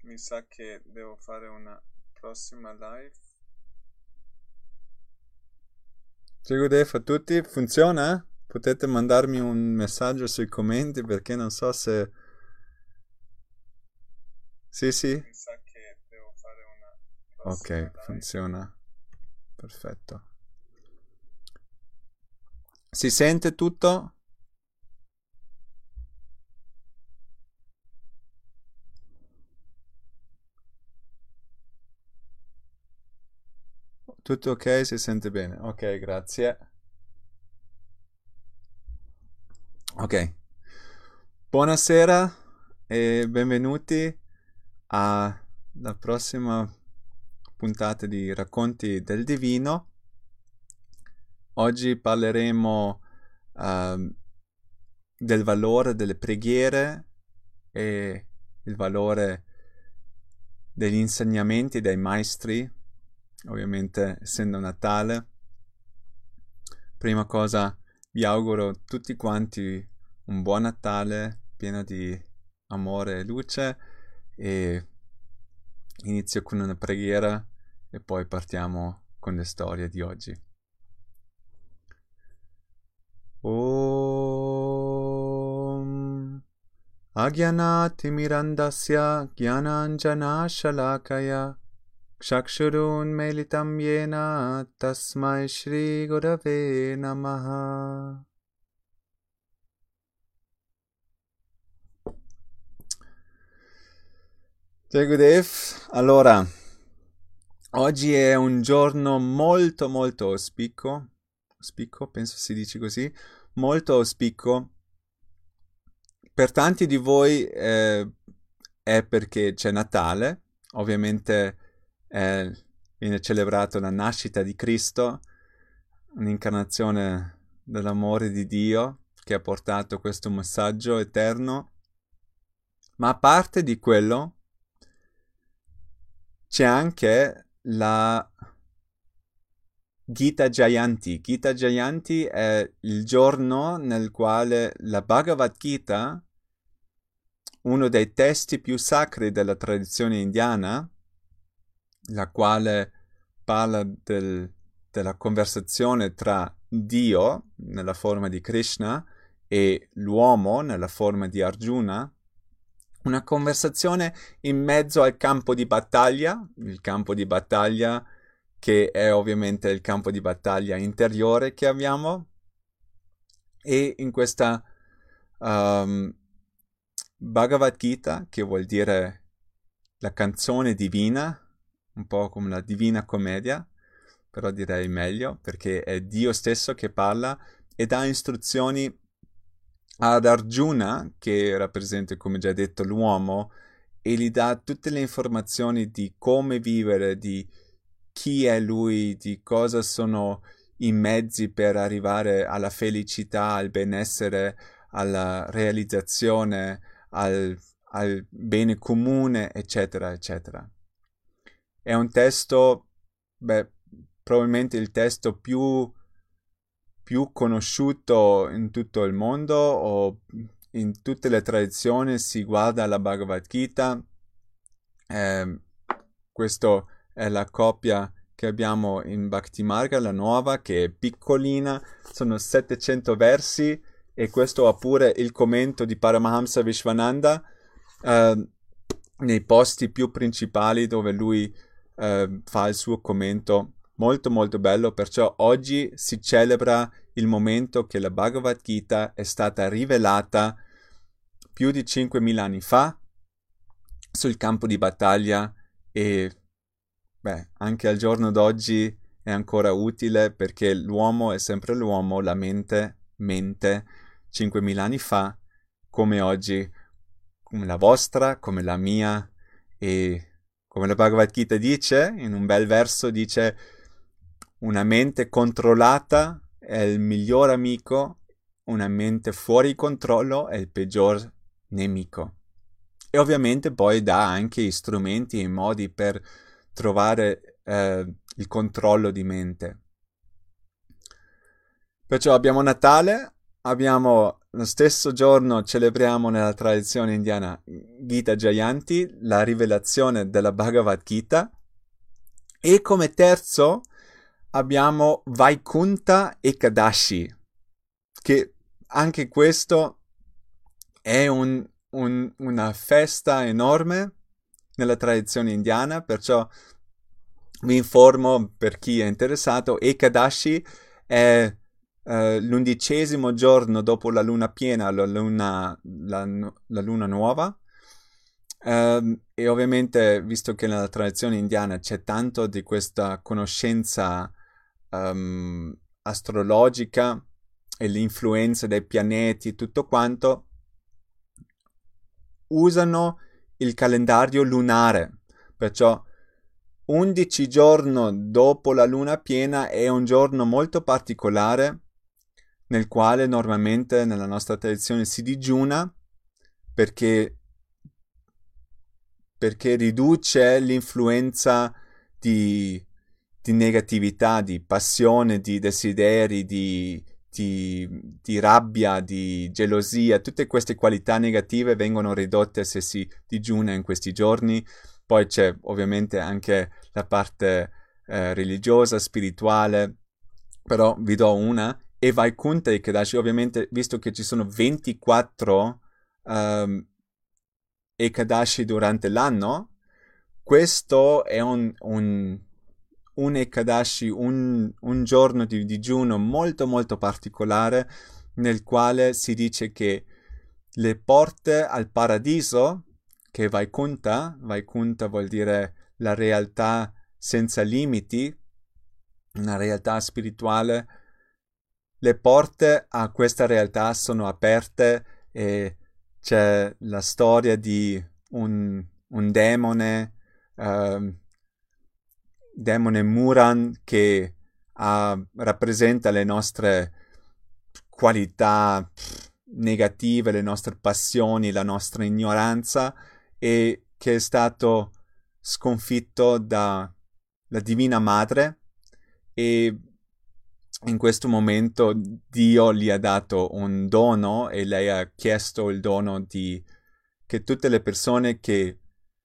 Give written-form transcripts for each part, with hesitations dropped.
Mi sa che devo fare una prossima live. Ciao Godef a tutti, funziona? Potete mandarmi un messaggio sui commenti perché non so se... Sì, sì? Mi sa che devo fare una prossima Ok, live. funziona. Perfetto. Si sente tutto? Tutto ok? Si sente bene? Ok, grazie. Ok. Buonasera e benvenuti alla prossima puntata di Racconti del Divino. Oggi parleremo del valore delle preghiere e il valore degli insegnamenti dei maestri, ovviamente essendo Natale. Prima cosa vi auguro tutti quanti un buon Natale pieno di amore e luce e inizio con una preghiera e poi partiamo con le storie di oggi. Om Agyanatimirandasya Gyananjanashalakaya Chakshurunmelitam yena tasmai Shri Gurave Namaha. Jai Gurudev, allora, oggi è un giorno molto molto auspico, penso si dice così, molto auspico. Per tanti di voi è perché c'è Natale, ovviamente viene celebrato la nascita di Cristo, un'incarnazione dell'amore di Dio che ha portato questo messaggio eterno, ma a parte di quello c'è anche la Gita Jayanti. Gita Jayanti è il giorno nel quale la Bhagavad Gita, uno dei testi più sacri della tradizione indiana, la quale parla della conversazione tra Dio nella forma di Krishna e l'uomo nella forma di Arjuna, una conversazione in mezzo al campo di battaglia, il campo di battaglia che è ovviamente il campo di battaglia interiore che abbiamo, e in questa um, Bhagavad Gita, che vuol dire la canzone divina, un po' come la Divina Commedia, però direi meglio perché è Dio stesso che parla e dà istruzioni ad Arjuna, che rappresenta, come già detto, l'uomo, e gli dà tutte le informazioni di come vivere, di chi è lui, di cosa sono i mezzi per arrivare alla felicità, al benessere, alla realizzazione, al bene comune, eccetera, eccetera. È un testo, beh, probabilmente il testo più conosciuto in tutto il mondo o in tutte le tradizioni si guarda la Bhagavad Gita. Eh, Questa è la copia che abbiamo in Bhakti Marga, la nuova, che è piccolina, sono 700 versi e questo ha pure il commento di Paramahamsa Vishwananda eh, nei posti più principali dove lui fa il suo commento. Molto molto bello, perciò oggi si celebra il momento che la Bhagavad Gita è stata rivelata più di 5.000 anni fa sul campo di battaglia e beh, anche al giorno d'oggi è ancora utile perché l'uomo è sempre l'uomo, la mente 5.000 anni fa, come oggi, come la vostra, come la mia e come la Bhagavad Gita dice, in un bel verso dice una mente controllata è il miglior amico, una mente fuori controllo è il peggior nemico. E ovviamente poi dà anche strumenti e modi per trovare il controllo di mente. Perciò abbiamo Natale, abbiamo lo stesso giorno celebriamo nella tradizione indiana Gita Jayanti, la rivelazione della Bhagavad Gita, e come terzo abbiamo Vaikunta Ekadashi, che anche questo è una festa enorme nella tradizione indiana, perciò vi informo per chi è interessato, Ekadashi è l'11° giorno dopo la luna piena, la luna nuova. E ovviamente, visto che nella tradizione indiana c'è tanto di questa conoscenza astrologica e l'influenza dei pianeti, tutto quanto, usano il calendario lunare, perciò 11 giorni dopo la luna piena è un giorno molto particolare nel quale normalmente nella nostra tradizione si digiuna perché riduce l'influenza di negatività, di passione, di desideri, di rabbia, di gelosia. Tutte queste qualità negative vengono ridotte se si digiuna in questi giorni. Poi c'è ovviamente anche la parte religiosa, spirituale, però vi do una. E Vaikunta Ekadashi, ovviamente, visto che ci sono 24 Ekadashi durante l'anno, questo è un Ekadashi, un giorno di digiuno molto molto particolare, nel quale si dice che le porte al paradiso, che Vaikunta vuol dire la realtà senza limiti, una realtà spirituale, le porte a questa realtà sono aperte e c'è la storia di un demone, demone Muran, che rappresenta le nostre qualità negative, le nostre passioni, la nostra ignoranza, e che è stato sconfitto dalla Divina Madre, e in questo momento Dio gli ha dato un dono e lei ha chiesto il dono di che tutte le persone che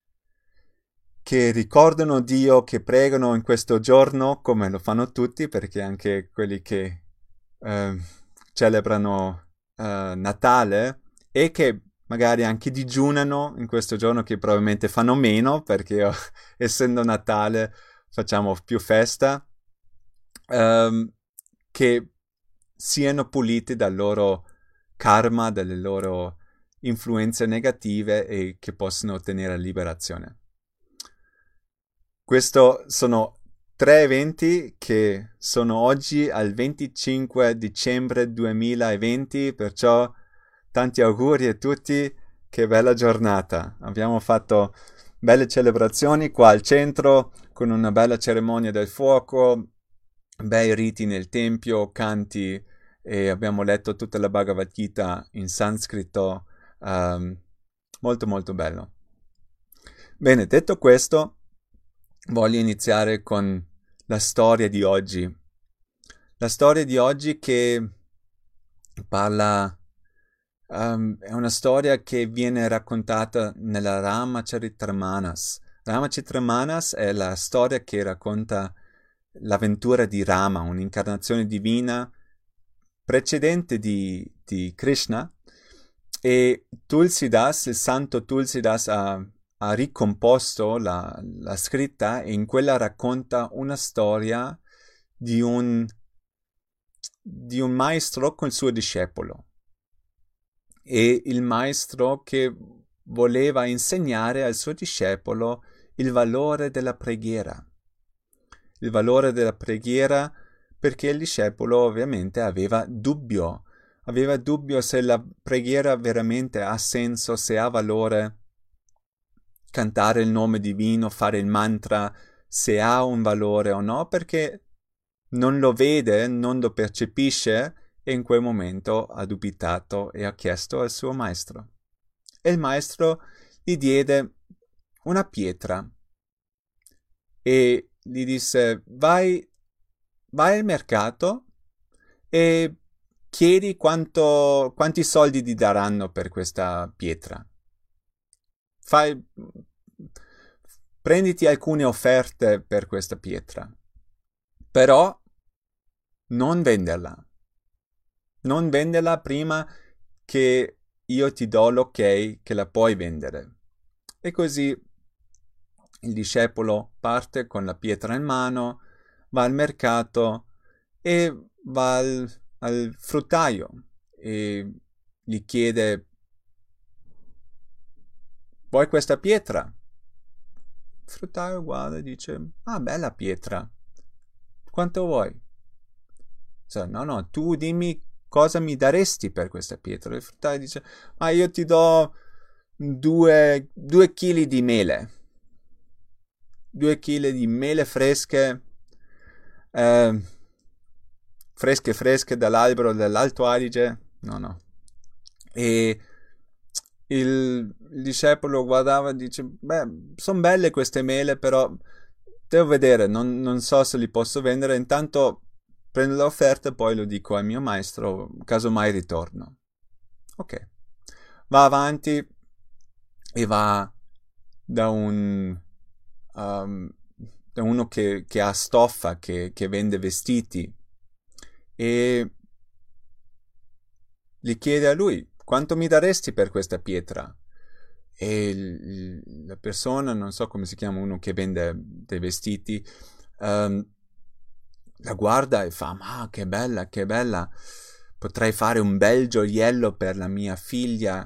ricordano Dio, che pregano in questo giorno, come lo fanno tutti, perché anche quelli che celebrano Natale, e che magari anche digiunano in questo giorno, che probabilmente fanno meno, perché essendo Natale facciamo più festa, che siano puliti dal loro karma, dalle loro influenze negative, e che possano ottenere liberazione. Questo sono 3 eventi che sono oggi al 25 dicembre 2020, perciò tanti auguri a tutti, che bella giornata. Abbiamo fatto belle celebrazioni qua al centro, con una bella cerimonia del fuoco, bei riti nel tempio, canti, e abbiamo letto tutta la Bhagavad Gita in sanscrito, molto molto bello. Bene, detto questo, voglio iniziare con la storia di oggi. La storia di oggi che parla, è una storia che viene raccontata nella Ramacaritramanas. Ramacaritramanas è la storia che racconta l'avventura di Rama, un'incarnazione divina precedente di Krishna, e Tulsidas, il santo Tulsidas, ha ricomposto la scritta, e in quella racconta una storia di un maestro con il suo discepolo, e il maestro che voleva insegnare al suo discepolo il valore della preghiera. Il valore della preghiera, perché il discepolo ovviamente aveva dubbio se la preghiera veramente ha senso, se ha valore cantare il nome divino, fare il mantra, se ha un valore o no, perché non lo vede, non lo percepisce, e in quel momento ha dubitato e ha chiesto al suo maestro. E il maestro gli diede una pietra e gli disse: vai al mercato e chiedi quanti soldi ti daranno per questa pietra. Prenditi alcune offerte per questa pietra, però non venderla. Non venderla prima che io ti do l'ok che la puoi vendere. E così il discepolo parte con la pietra in mano, va al mercato e va al fruttaio e gli chiede: vuoi questa pietra? Il fruttaio guarda e dice: ah, bella pietra, quanto vuoi? No, tu dimmi cosa mi daresti per questa pietra. Il fruttaio dice: ah, io ti do 2 chili di mele. 2 chili di mele fresche, fresche dall'albero dell'Alto Adige. No. E il discepolo guardava e dice: beh, sono belle queste mele, però devo vedere, non so se li posso vendere. Intanto prendo l'offerta e poi lo dico al mio maestro, casomai ritorno. Ok. Va avanti e va da da uno che ha stoffa, che vende vestiti, e gli chiede a lui: quanto mi daresti per questa pietra? E la persona, non so come si chiama, uno che vende dei vestiti, la guarda e fa: ma che bella, potrei fare un bel gioiello per la mia figlia.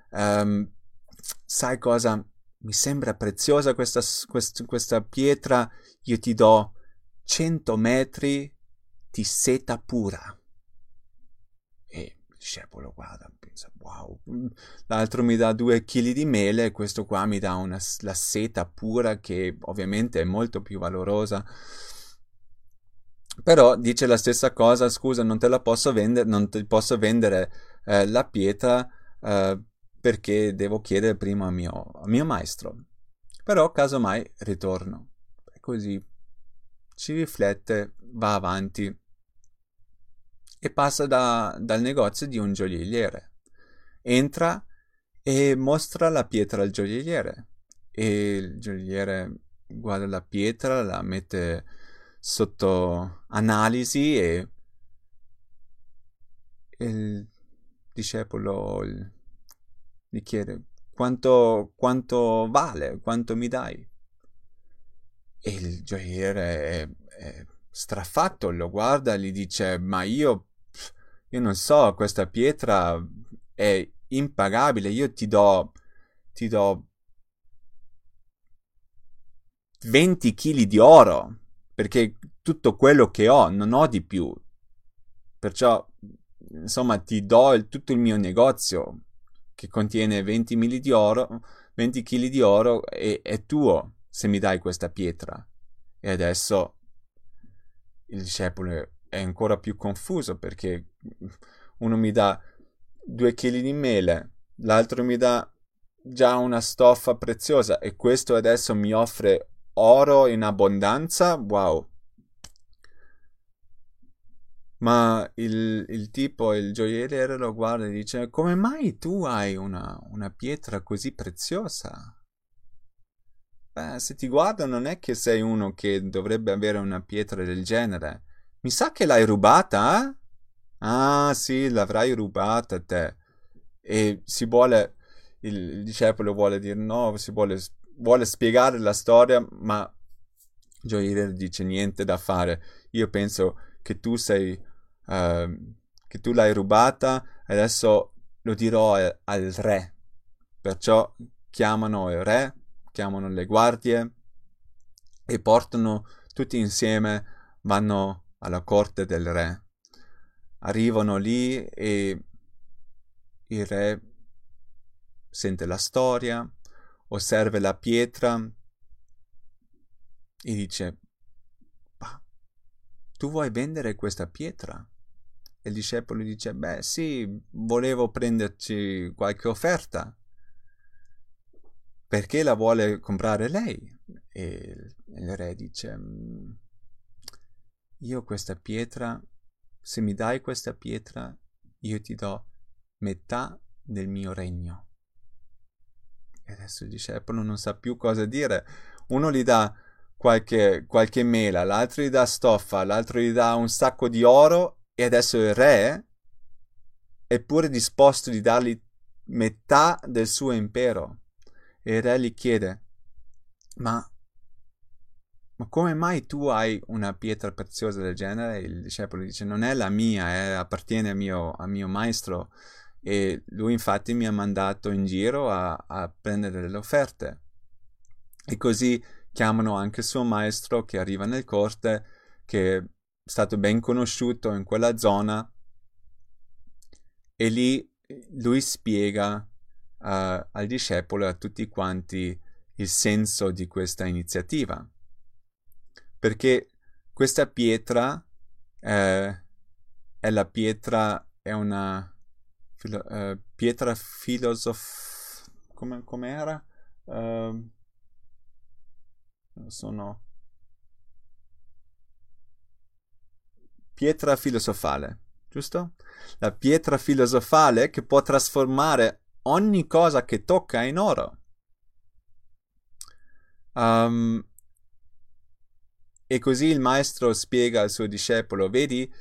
Sai cosa? Mi sembra preziosa questa pietra, io ti do 100 metri di seta pura. E il discepolo guarda e pensa: wow, l'altro mi dà 2 chili di mele e questo qua mi dà la seta pura, che ovviamente è molto più valorosa. Però dice la stessa cosa: scusa, non te la posso vendere, non ti posso vendere la pietra perché devo chiedere prima al mio maestro. Però casomai ritorno. E così ci riflette, va avanti e passa dal negozio di un gioielliere. Entra e mostra la pietra al gioielliere. E il gioielliere guarda la pietra, la mette sotto analisi e il discepolo gli chiede: quanto vale, quanto mi dai? E il gioielliere è strafatto, lo guarda e gli dice: ma io non so, questa pietra è impagabile, io ti do 20 kg di oro, perché tutto quello che ho, non ho di più. Perciò, insomma, ti do tutto il mio negozio, che contiene 20 kg di oro, 20 kg di oro, e è tuo se mi dai questa pietra. E adesso il discepolo è ancora più confuso, perché uno mi dà 2 chili di mele, l'altro mi dà già una stoffa preziosa, e questo adesso mi offre oro in abbondanza. Wow. Ma il tipo, il gioielliere, lo guarda e dice: come mai tu hai una pietra così preziosa? Beh, se ti guardo non è che sei uno che dovrebbe avere una pietra del genere. Mi sa che l'hai rubata, eh? Ah, sì, l'avrai rubata te. E il discepolo vuole dire no, vuole spiegare la storia, ma Gioielliere dice: niente da fare. Io penso che che tu l'hai rubata, e adesso lo dirò al re. Perciò chiamano il re, chiamano le guardie e portano tutti insieme, vanno alla corte del re. Arrivano lì e il re sente la storia, osserva la pietra e dice: tu vuoi vendere questa pietra? E il discepolo dice: beh, sì, volevo prenderci qualche offerta. Perché la vuole comprare lei? E il re dice: io questa pietra, se mi dai questa pietra, io ti do metà del mio regno. E adesso il discepolo non sa più cosa dire. Uno gli dà qualche mela, l'altro gli dà stoffa, l'altro gli dà un sacco di oro e adesso il re è pure disposto di dargli metà del suo impero. E il re gli chiede, ma come mai tu hai una pietra preziosa del genere? E il discepolo dice, non è la mia, appartiene a mio maestro. E lui infatti mi ha mandato in giro a prendere le offerte. E così chiamano anche il suo maestro che arriva nel corte, che è stato ben conosciuto in quella zona, e lì lui spiega al discepolo e a tutti quanti il senso di questa iniziativa. Perché questa pietra è la pietra, è una pietra come era? Sono pietra filosofale, giusto? La pietra filosofale che può trasformare ogni cosa che tocca in oro. E così il maestro spiega al suo discepolo, vedi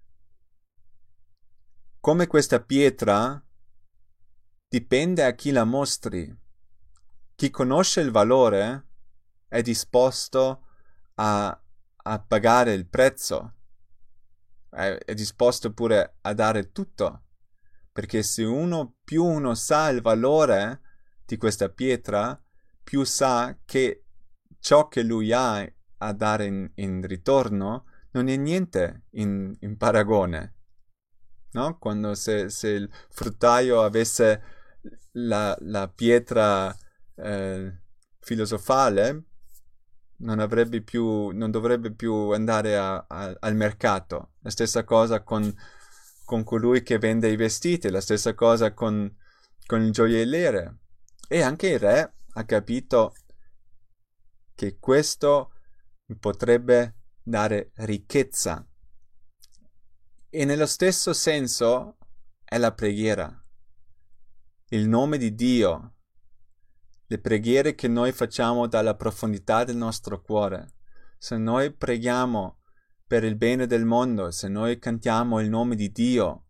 come questa pietra dipende a chi la mostri. Chi conosce il valore è disposto a pagare il prezzo, è disposto pure a dare tutto, perché se più uno sa il valore di questa pietra, più sa che ciò che lui ha a dare in ritorno non è niente in paragone, no? Quando se il fruttaio avesse la pietra filosofale, non dovrebbe più andare al mercato. La stessa cosa con colui che vende i vestiti, la stessa cosa con il gioielliere. E anche il re ha capito che questo potrebbe dare ricchezza. E nello stesso senso è la preghiera. Il nome di Dio, le preghiere che noi facciamo dalla profondità del nostro cuore. Se noi preghiamo per il bene del mondo, se noi cantiamo il nome di Dio,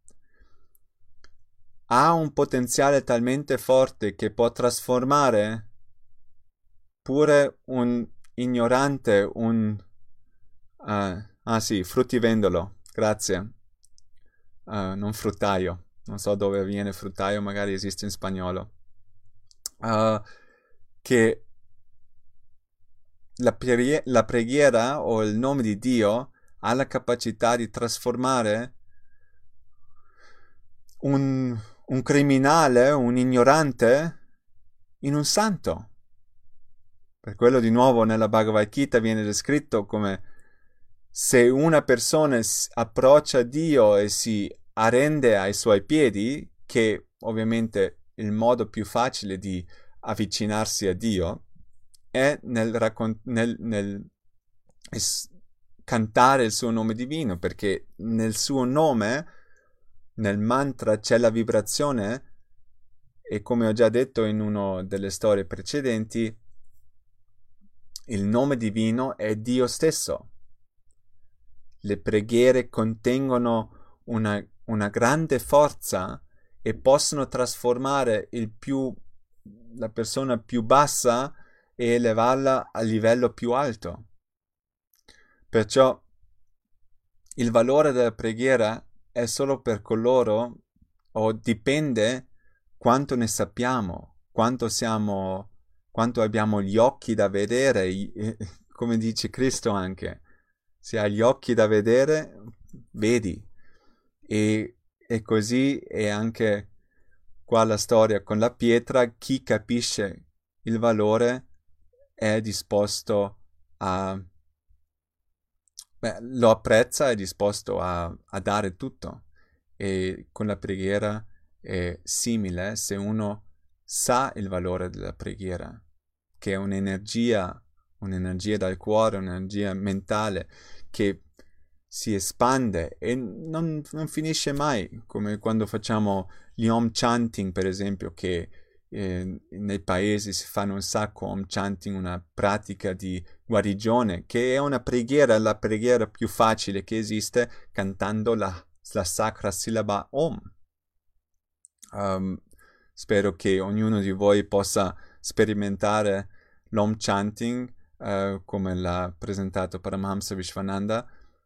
ha un potenziale talmente forte che può trasformare pure un ignorante, fruttivendolo, grazie, non fruttaio, non so dove viene fruttaio, magari esiste in spagnolo, che la preghiera o il nome di Dio ha la capacità di trasformare un criminale, un ignorante, in un santo. Per quello di nuovo nella Bhagavad Gita viene descritto come se una persona approccia Dio e si arrende ai suoi piedi, che ovviamente il modo più facile di avvicinarsi a Dio è nel cantare il suo nome divino, perché nel suo nome, nel mantra, c'è la vibrazione, e come ho già detto in una delle storie precedenti, il nome divino è Dio stesso. Le preghiere contengono una grande forza e possono trasformare la persona più bassa e elevarla a livello più alto. Perciò il valore della preghiera è solo per coloro, o dipende quanto ne sappiamo, quanto abbiamo gli occhi da vedere, come dice Cristo anche. Se hai gli occhi da vedere, vedi. E così è anche qua la storia con la pietra. Chi capisce il valore è disposto lo apprezza, è disposto a dare tutto. E con la preghiera è simile, se uno sa il valore della preghiera, che è un'energia dal cuore, un'energia mentale che si espande e non finisce mai, come quando facciamo gli home chanting, per esempio, che nei paesi si fanno un sacco home chanting, una pratica di guarigione, che è una preghiera, la preghiera più facile che esiste, cantando la sacra sillaba Om. Spero che ognuno di voi possa sperimentare l'Om chanting come l'ha presentato Paramahamsa Vishwananda.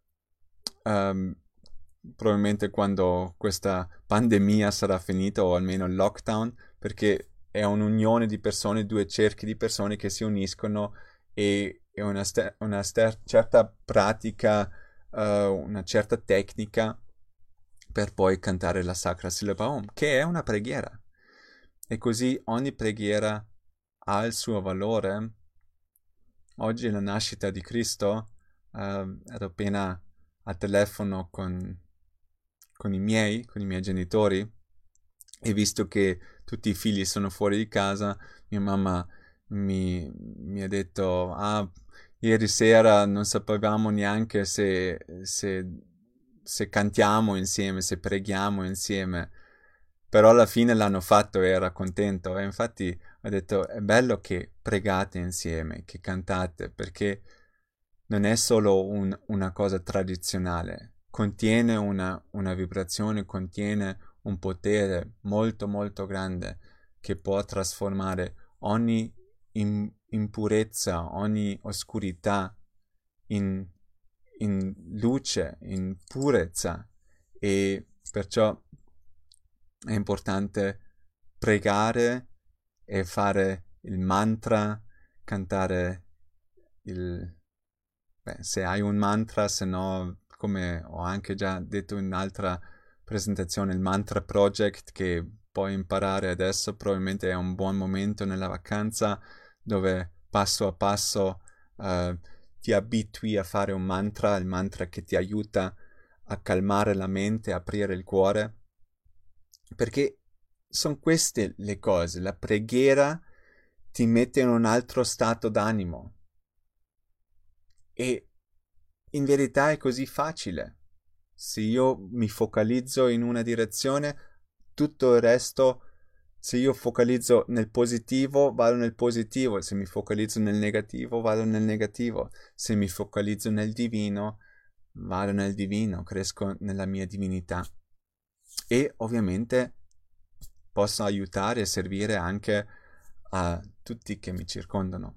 Probabilmente quando questa pandemia sarà finita, o almeno il lockdown, perché è un'unione di persone, due cerchi di persone che si uniscono e una certa pratica, una certa tecnica per poi cantare la Sacra Sillaba Om, che è una preghiera. E così ogni preghiera ha il suo valore. Oggi è la nascita di Cristo, ero appena al telefono con i miei genitori, e visto che tutti i figli sono fuori di casa, mia mamma mi ha detto, ieri sera non sapevamo neanche se cantiamo insieme, se preghiamo insieme, però alla fine l'hanno fatto e era contento. E infatti ho detto, è bello che pregate insieme, che cantate, perché non è solo una cosa tradizionale, contiene una vibrazione, contiene un potere molto molto grande che può trasformare ogni impurezza, ogni oscurità in luce, in purezza, e perciò è importante pregare e fare il mantra, cantare se hai un mantra, se no, come ho anche già detto in un'altra presentazione, il Mantra Project che puoi imparare adesso, probabilmente è un buon momento nella vacanza dove passo a passo ti abitui a fare un mantra, il mantra che ti aiuta a calmare la mente, aprire il cuore, perché sono queste le cose. La preghiera ti mette in un altro stato d'animo e in verità è così facile. Se io mi focalizzo in una direzione, tutto il resto, se io focalizzo nel positivo, vado nel positivo; se mi focalizzo nel negativo, vado nel negativo; se mi focalizzo nel divino, vado nel divino, cresco nella mia divinità. E ovviamente posso aiutare e servire anche a tutti che mi circondano.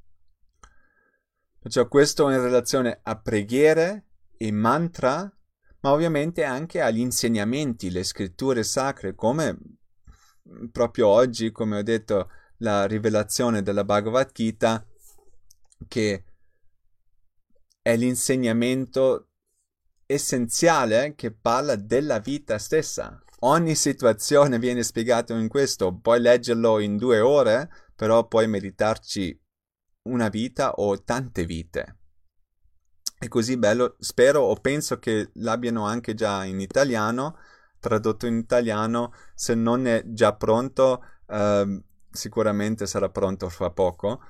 Perciò questo in relazione a preghiere e mantra, ma ovviamente anche agli insegnamenti, le scritture sacre, come proprio oggi, come ho detto, la rivelazione della Bhagavad Gita, che è l'insegnamento essenziale che parla della vita stessa. Ogni situazione viene spiegata in questo, puoi leggerlo in 2 ore, però puoi meditarci una vita o tante vite. È così bello, spero o penso che l'abbiano anche già in italiano, tradotto in italiano. Se non è già pronto, sicuramente sarà pronto fra poco.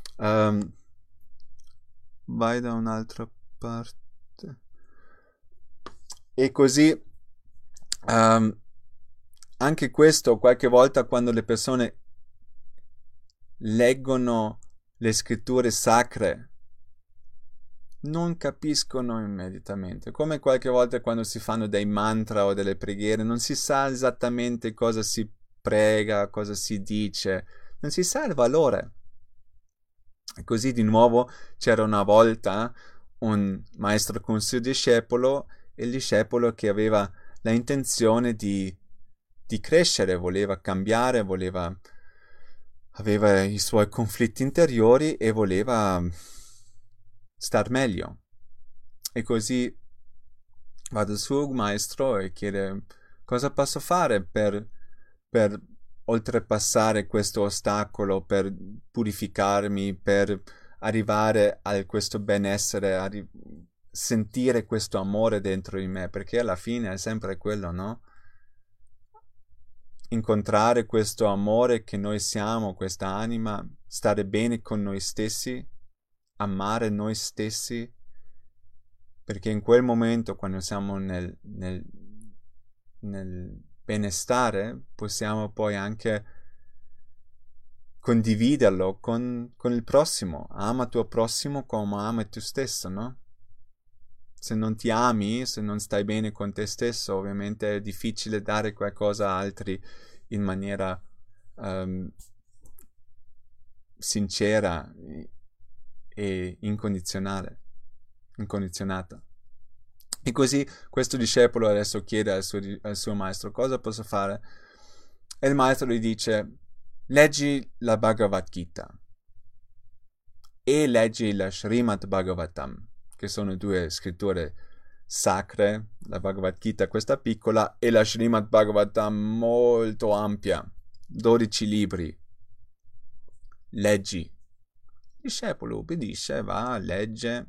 Vai da un'altra parte. E così anche questo, qualche volta quando le persone leggono le scritture sacre, non capiscono immediatamente, come qualche volta quando si fanno dei mantra o delle preghiere, non si sa esattamente cosa si prega, cosa si dice, non si sa il valore. E così di nuovo c'era una volta un maestro con suo discepolo, e il discepolo che aveva la intenzione di crescere, voleva cambiare, aveva i suoi conflitti interiori e voleva star meglio. E così va dal suo maestro e chiede: cosa posso fare per oltrepassare questo ostacolo, per purificarmi, per arrivare a questo benessere, a sentire questo amore dentro di me, perché alla fine è sempre quello, no? Incontrare questo amore che noi siamo, questa anima, stare bene con noi stessi, amare noi stessi perché in quel momento, quando siamo nel benestare, possiamo poi anche condividerlo con il prossimo. Ama tuo prossimo come ami tu stesso, no? Se non ti ami, se non stai bene con te stesso, ovviamente è difficile dare qualcosa a altri in maniera sincera e incondizionata. E così questo discepolo adesso chiede al suo maestro: cosa posso fare? E il maestro gli dice: leggi la Bhagavad Gita e leggi la Srimad Bhagavatam, che sono due scritture sacre, la Bhagavad Gita questa piccola e la Srimad Bhagavatam molto ampia, 12 libri. Leggi. Il discepolo obbedisce, va, legge.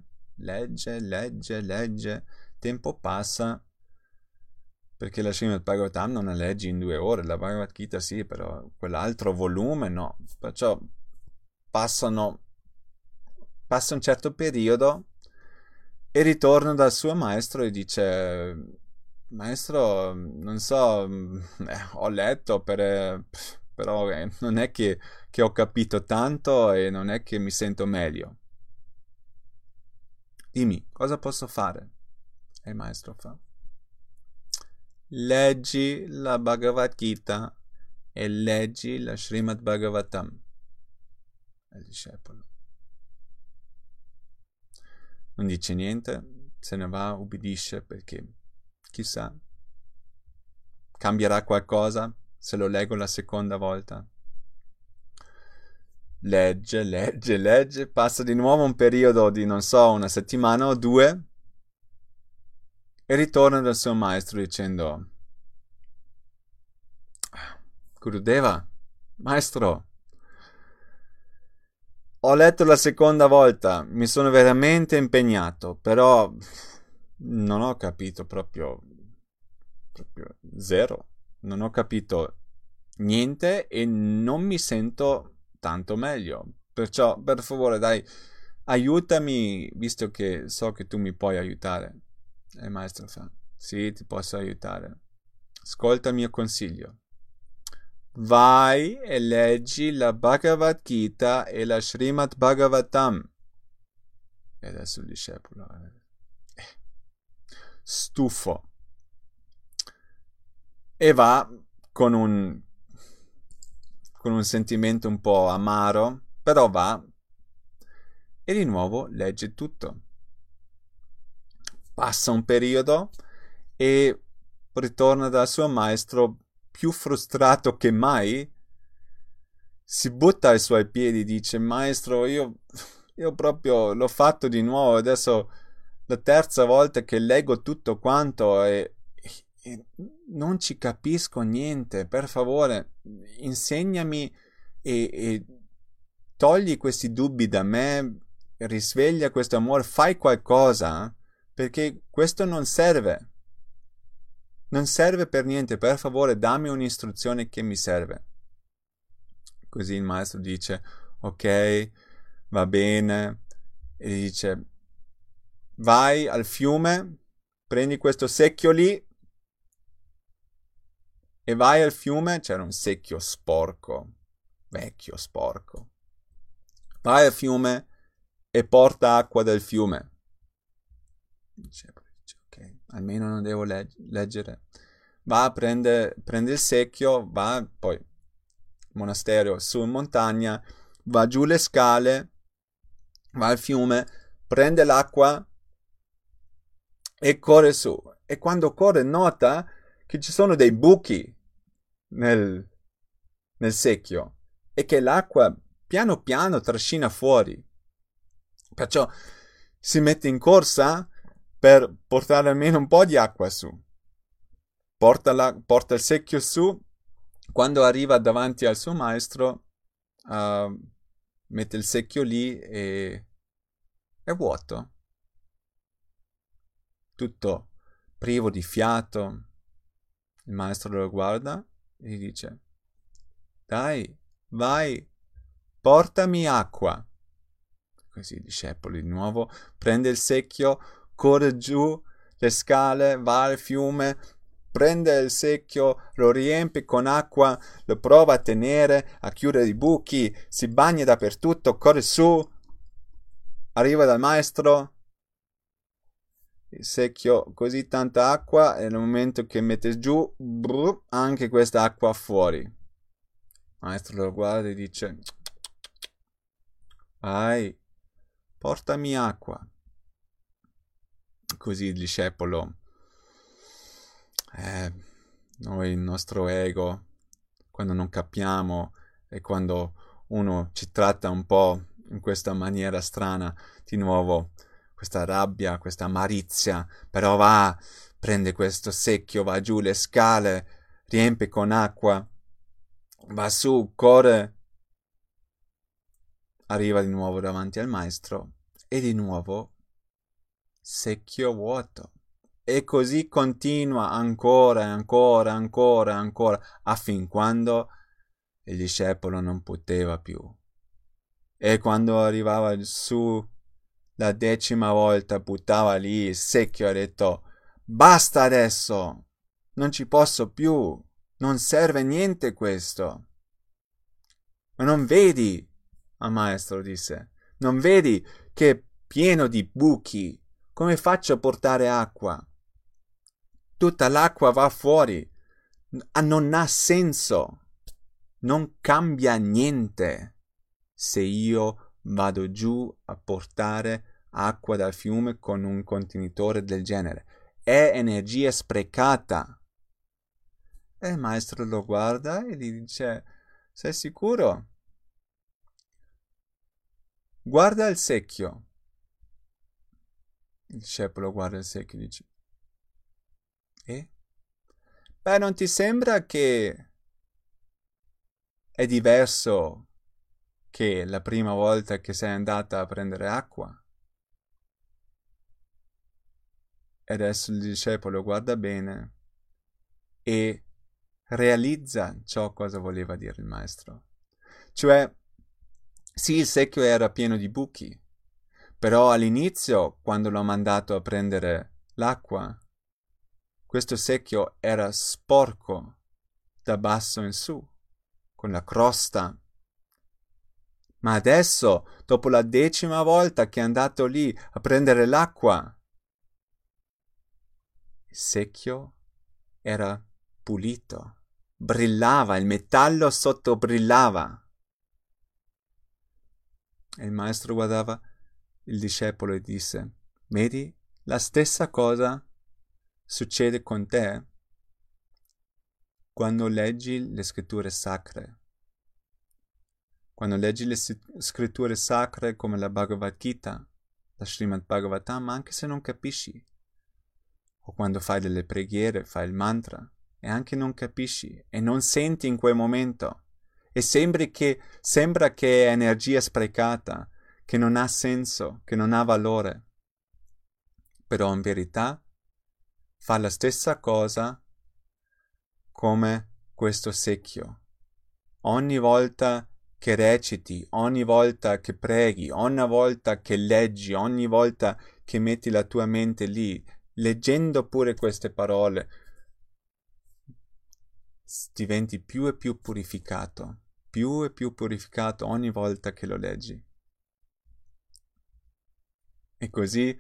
Tempo passa, perché la Srimad Bhagavatam non la leggi in 2 ore, la Bhagavad Gita sì, però quell'altro volume no. Perciò passa un certo periodo e ritorna dal suo maestro e dice: maestro, non so, ho letto, però non è che ho capito tanto e non è che mi sento meglio. Dimmi, cosa posso fare? E il maestro fa: leggi la Bhagavad Gita e leggi la Srimad Bhagavatam. E il discepolo non dice niente, se ne va, ubbidisce, perché chissà, cambierà qualcosa se lo leggo la seconda volta. Legge, passa di nuovo un periodo di, non so, 1 settimana o 2 e ritorna dal suo maestro dicendo: Gurudeva, maestro, ho letto la seconda volta, mi sono veramente impegnato, però non ho capito proprio zero. Non ho capito niente e non mi sento tanto meglio. Perciò, per favore, dai, aiutami, visto che so che tu mi puoi aiutare. E il maestro fa: sì, ti posso aiutare. Ascolta il mio consiglio. Vai e leggi la Bhagavad Gita e la Srimad Bhagavatam. E adesso il discepolo stufo e va con un sentimento un po' amaro, però va e di nuovo legge tutto. Passa un periodo e ritorna dal suo maestro più frustrato che mai. Si butta ai suoi piedi e dice: maestro, io proprio l'ho fatto di nuovo, adesso la terza volta che leggo tutto quanto e non ci capisco niente. Per favore, insegnami e togli questi dubbi da me, risveglia questo amore, fai qualcosa, perché questo non serve. Non serve per niente, per favore, dammi un'istruzione che mi serve. Così il maestro dice: ok, va bene, e dice: vai al fiume, prendi questo secchio lì e vai al fiume. C'era un secchio sporco, vecchio, sporco. Vai al fiume e porta acqua dal fiume. Dice: ok, almeno non devo leggere. Va, prende il secchio, va, poi monastero su in montagna, va giù le scale, va al fiume, prende l'acqua e corre su. E quando corre nota che ci sono dei buchi nel secchio e che l'acqua piano piano trascina fuori. Perciò si mette in corsa per portare almeno un po' di acqua su. Porta il secchio su. Quando arriva davanti al suo maestro, mette il secchio lì e è vuoto. Tutto privo di fiato. Il maestro lo guarda e gli dice: dai, vai, portami acqua. Così il discepolo di nuovo prende il secchio, corre giù le scale, va al fiume, prende il secchio, lo riempie con acqua, lo prova a tenere, a chiudere i buchi, si bagna dappertutto, corre su, arriva dal maestro, il secchio, così tanta acqua, e nel momento che mette giù, anche questa acqua fuori. Il maestro lo guarda e dice: vai, portami acqua. Così il discepolo, noi, il nostro ego, quando non capiamo e quando uno ci tratta un po' in questa maniera strana, di nuovo questa rabbia, questa amarizia, però va, prende questo secchio, va giù le scale, riempie con acqua, va su, corre, arriva di nuovo davanti al maestro e di nuovo secchio vuoto. E così continua ancora e ancora, ancora, ancora, affin quando il discepolo non poteva più. E quando arrivava su la 10ª volta, buttava lì il secchio e ha detto: basta adesso, non ci posso più, non serve niente questo. Ma non vedi, il maestro disse, non vedi che è pieno di buchi? Come faccio a portare acqua? Tutta l'acqua va fuori, non ha senso, non cambia niente se io vado giù a portare acqua dal fiume con un contenitore del genere. È energia sprecata. E il maestro lo guarda e gli dice: sei sicuro? Guarda il secchio. Il discepolo guarda il secchio e dice: eh? Beh, non ti sembra che è diverso che la prima volta che sei andata a prendere acqua? E adesso il discepolo guarda bene e realizza ciò cosa voleva dire il maestro. Cioè, sì, il secchio era pieno di buchi, però all'inizio, quando l'ho mandato a prendere l'acqua, questo secchio era sporco da basso in su, con la crosta. Ma adesso, dopo la 10ª volta che è andato lì a prendere l'acqua, il secchio era pulito, brillava, il metallo sotto brillava. E il maestro guardava il discepolo e disse: vedi, la stessa cosa succede con te quando leggi le scritture sacre. Quando leggi le scritture sacre come la Bhagavad Gita, la Srimad Bhagavatam, anche se non capisci, o quando fai delle preghiere, fai il mantra, e anche non capisci, e non senti in quel momento, e sembra che è energia sprecata, che non ha senso, che non ha valore. Però in verità fa la stessa cosa come questo secchio. Ogni volta che reciti, ogni volta che preghi, ogni volta che leggi, ogni volta che metti la tua mente lì, leggendo pure queste parole, diventi più e più purificato ogni volta che lo leggi. E così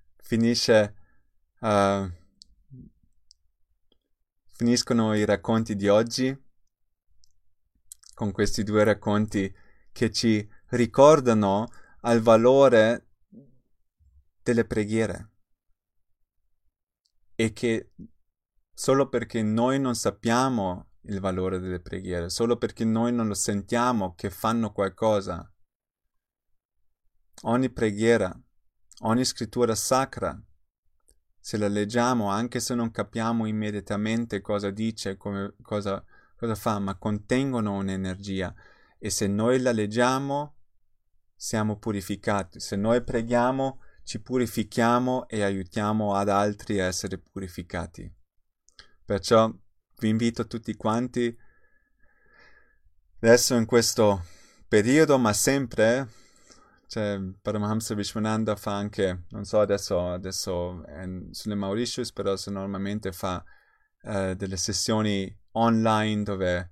finiscono i racconti di oggi, con questi 2 racconti che ci ricordano al valore delle preghiere, e che solo perché noi non sappiamo il valore delle preghiere, solo perché noi non lo sentiamo che fanno qualcosa, ogni preghiera, ogni scrittura sacra, se la leggiamo, anche se non capiamo immediatamente cosa dice, cosa fa, ma contengono un'energia, e se noi la leggiamo siamo purificati. Se noi preghiamo ci purifichiamo e aiutiamo ad altri a essere purificati. Perciò vi invito tutti quanti, adesso in questo periodo, ma sempre, cioè, Paramahamsa Vishwananda fa anche, non so adesso è sulle Mauritius, però normalmente fa delle sessioni online dove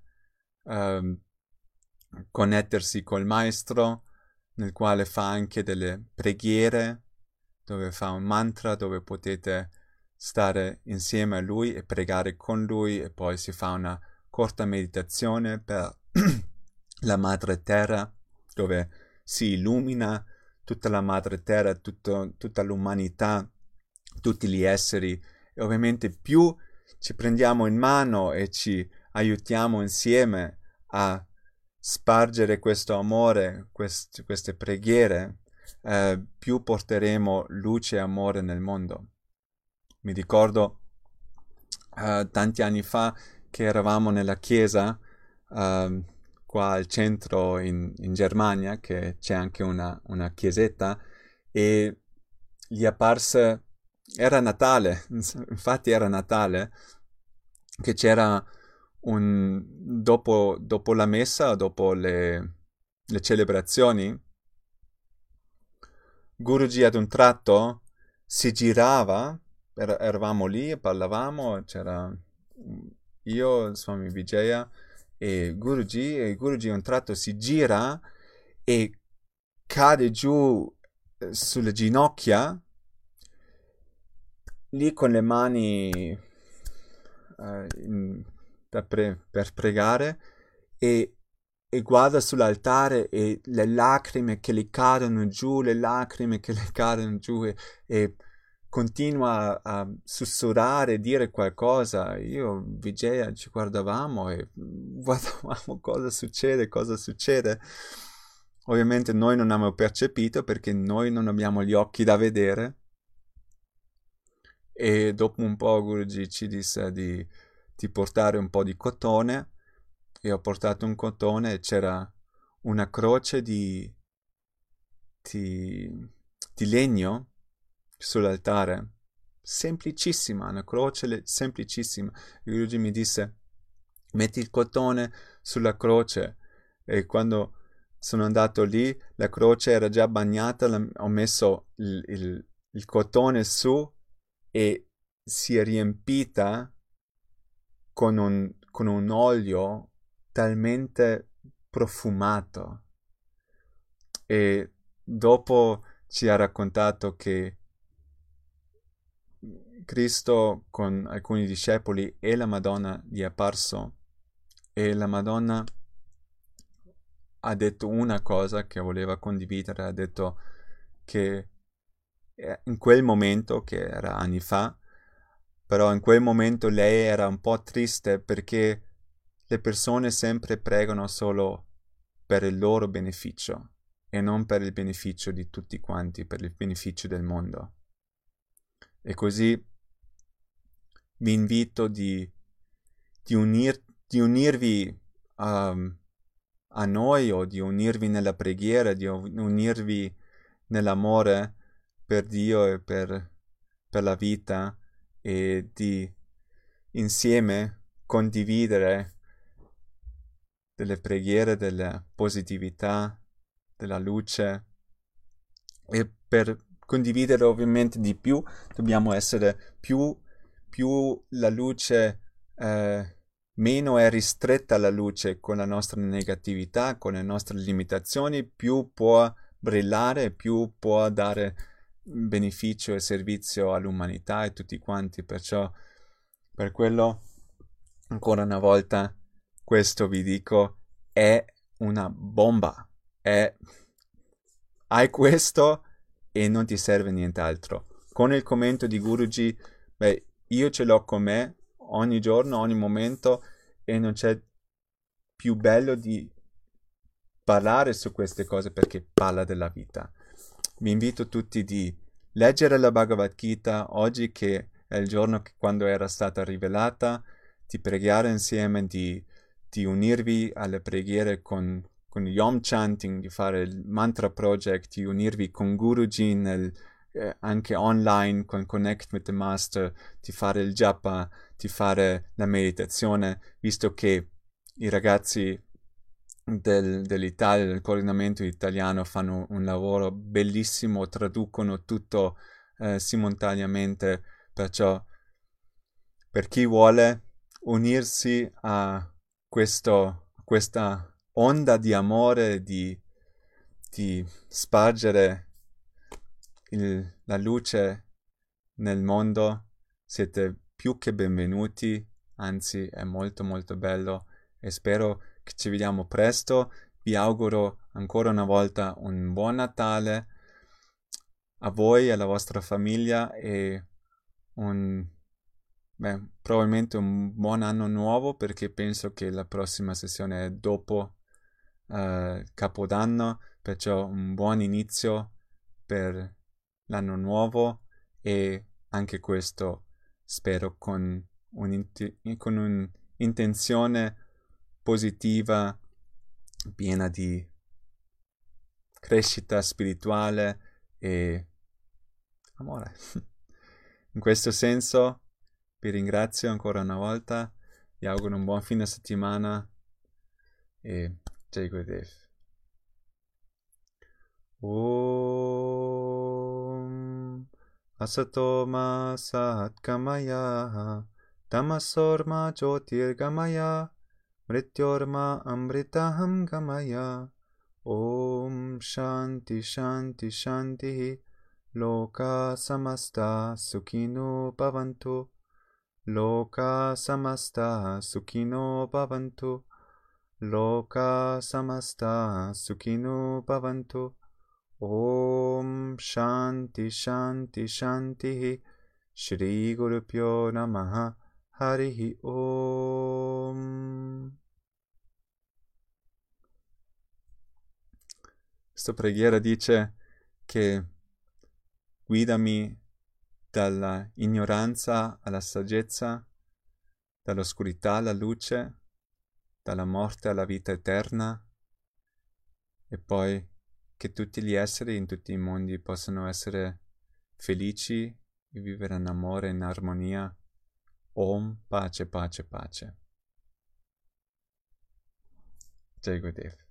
connettersi col maestro, nel quale fa anche delle preghiere, dove fa un mantra, dove potete stare insieme a lui e pregare con lui, e poi si fa una corta meditazione per la madre terra, dove si illumina tutta la madre terra, tutta l'umanità, tutti gli esseri, e ovviamente più ci prendiamo in mano e ci aiutiamo insieme a spargere questo amore, queste preghiere, più porteremo luce e amore nel mondo. Mi ricordo tanti anni fa che eravamo nella chiesa qua al centro in Germania, che c'è anche una chiesetta, e gli apparse, era Natale, infatti era Natale, che c'era dopo la messa, dopo le celebrazioni, Guruji ad un tratto si girava, eravamo lì e parlavamo, c'era io, Swami Vijaya e Guruji a un tratto si gira e cade giù sulle ginocchia, lì con le mani per pregare, e guarda sull'altare e le lacrime che le cadono giù, e continua a sussurrare, dire qualcosa. Io, Vijaya, ci guardavamo e guardavamo cosa succede. Ovviamente noi non abbiamo percepito perché noi non abbiamo gli occhi da vedere, e dopo un po' Guruji ci disse di portare un po' di cotone, e ho portato un cotone e c'era una croce di legno sull'altare, semplicissima, una croce semplicissima. E Guruji mi disse: metti il cotone sulla croce. E quando sono andato lì, la croce era già bagnata, ho messo il cotone su e si è riempita con un olio talmente profumato. E dopo ci ha raccontato che Cristo con alcuni discepoli e la Madonna gli è apparso, e la Madonna ha detto una cosa che voleva condividere, ha detto che in quel momento, che era anni fa, però in quel momento lei era un po' triste perché le persone sempre pregano solo per il loro beneficio e non per il beneficio di tutti quanti, per il beneficio del mondo. E così vi invito di unirvi a noi, o di unirvi nella preghiera, di unirvi nell'amore per Dio e per la vita, e di insieme condividere delle preghiere, della positività, della luce. E per condividere ovviamente di più dobbiamo essere più la luce, meno è ristretta la luce con la nostra negatività, con le nostre limitazioni, più può brillare, più può dare beneficio e servizio all'umanità e tutti quanti. Perciò, per quello, ancora una volta, questo vi dico, è una bomba. Hai questo e non ti serve nient'altro. Con il commento di Guruji, io ce l'ho con me ogni giorno, ogni momento, e non c'è più bello di parlare su queste cose, perché parla della vita. Vi invito tutti di leggere la Bhagavad Gita oggi, che è il giorno quando era stata rivelata, di pregare insieme, di unirvi alle preghiere con Yom Chanting, di fare il Mantra Project, di unirvi con Guruji anche online con Connect with the Master, di fare il japa, di fare la meditazione, visto che i ragazzi dell'Italia, del coordinamento italiano, fanno un lavoro bellissimo, traducono tutto simultaneamente, perciò per chi vuole unirsi a questa onda di amore, di spargere la luce nel mondo, siete più che benvenuti, anzi è molto molto bello e spero che ci vediamo presto. Vi auguro ancora una volta un buon Natale a voi e alla vostra famiglia e probabilmente un buon anno nuovo, perché penso che la prossima sessione è dopo Capodanno, perciò un buon inizio per l'anno nuovo e anche questo spero con un'intenzione positiva, piena di crescita spirituale e amore. In questo senso vi ringrazio ancora una volta, vi auguro un buon fine settimana e Jai Gurudev. Om Asato Ma Satkamaya Tamasorma Jyotirgamaya Mrityorma Amritaham Gamaya. Om Shanti Shanti Shanti Loka Samasta Sukhino Bhavantu. Loka Samasta Sukhino Bhavantu. Loka Samasta Sukhino Bhavantu. Om Shanti Shanti Shanti Shri Guru Pyo Namaha Harihi Om. Questa preghiera dice che guidami dalla ignoranza alla saggezza, dall'oscurità alla luce, dalla morte alla vita eterna, e poi che tutti gli esseri in tutti i mondi possano essere felici e vivere in amore e in armonia. Om, pace, pace, pace. Jai Gurudev.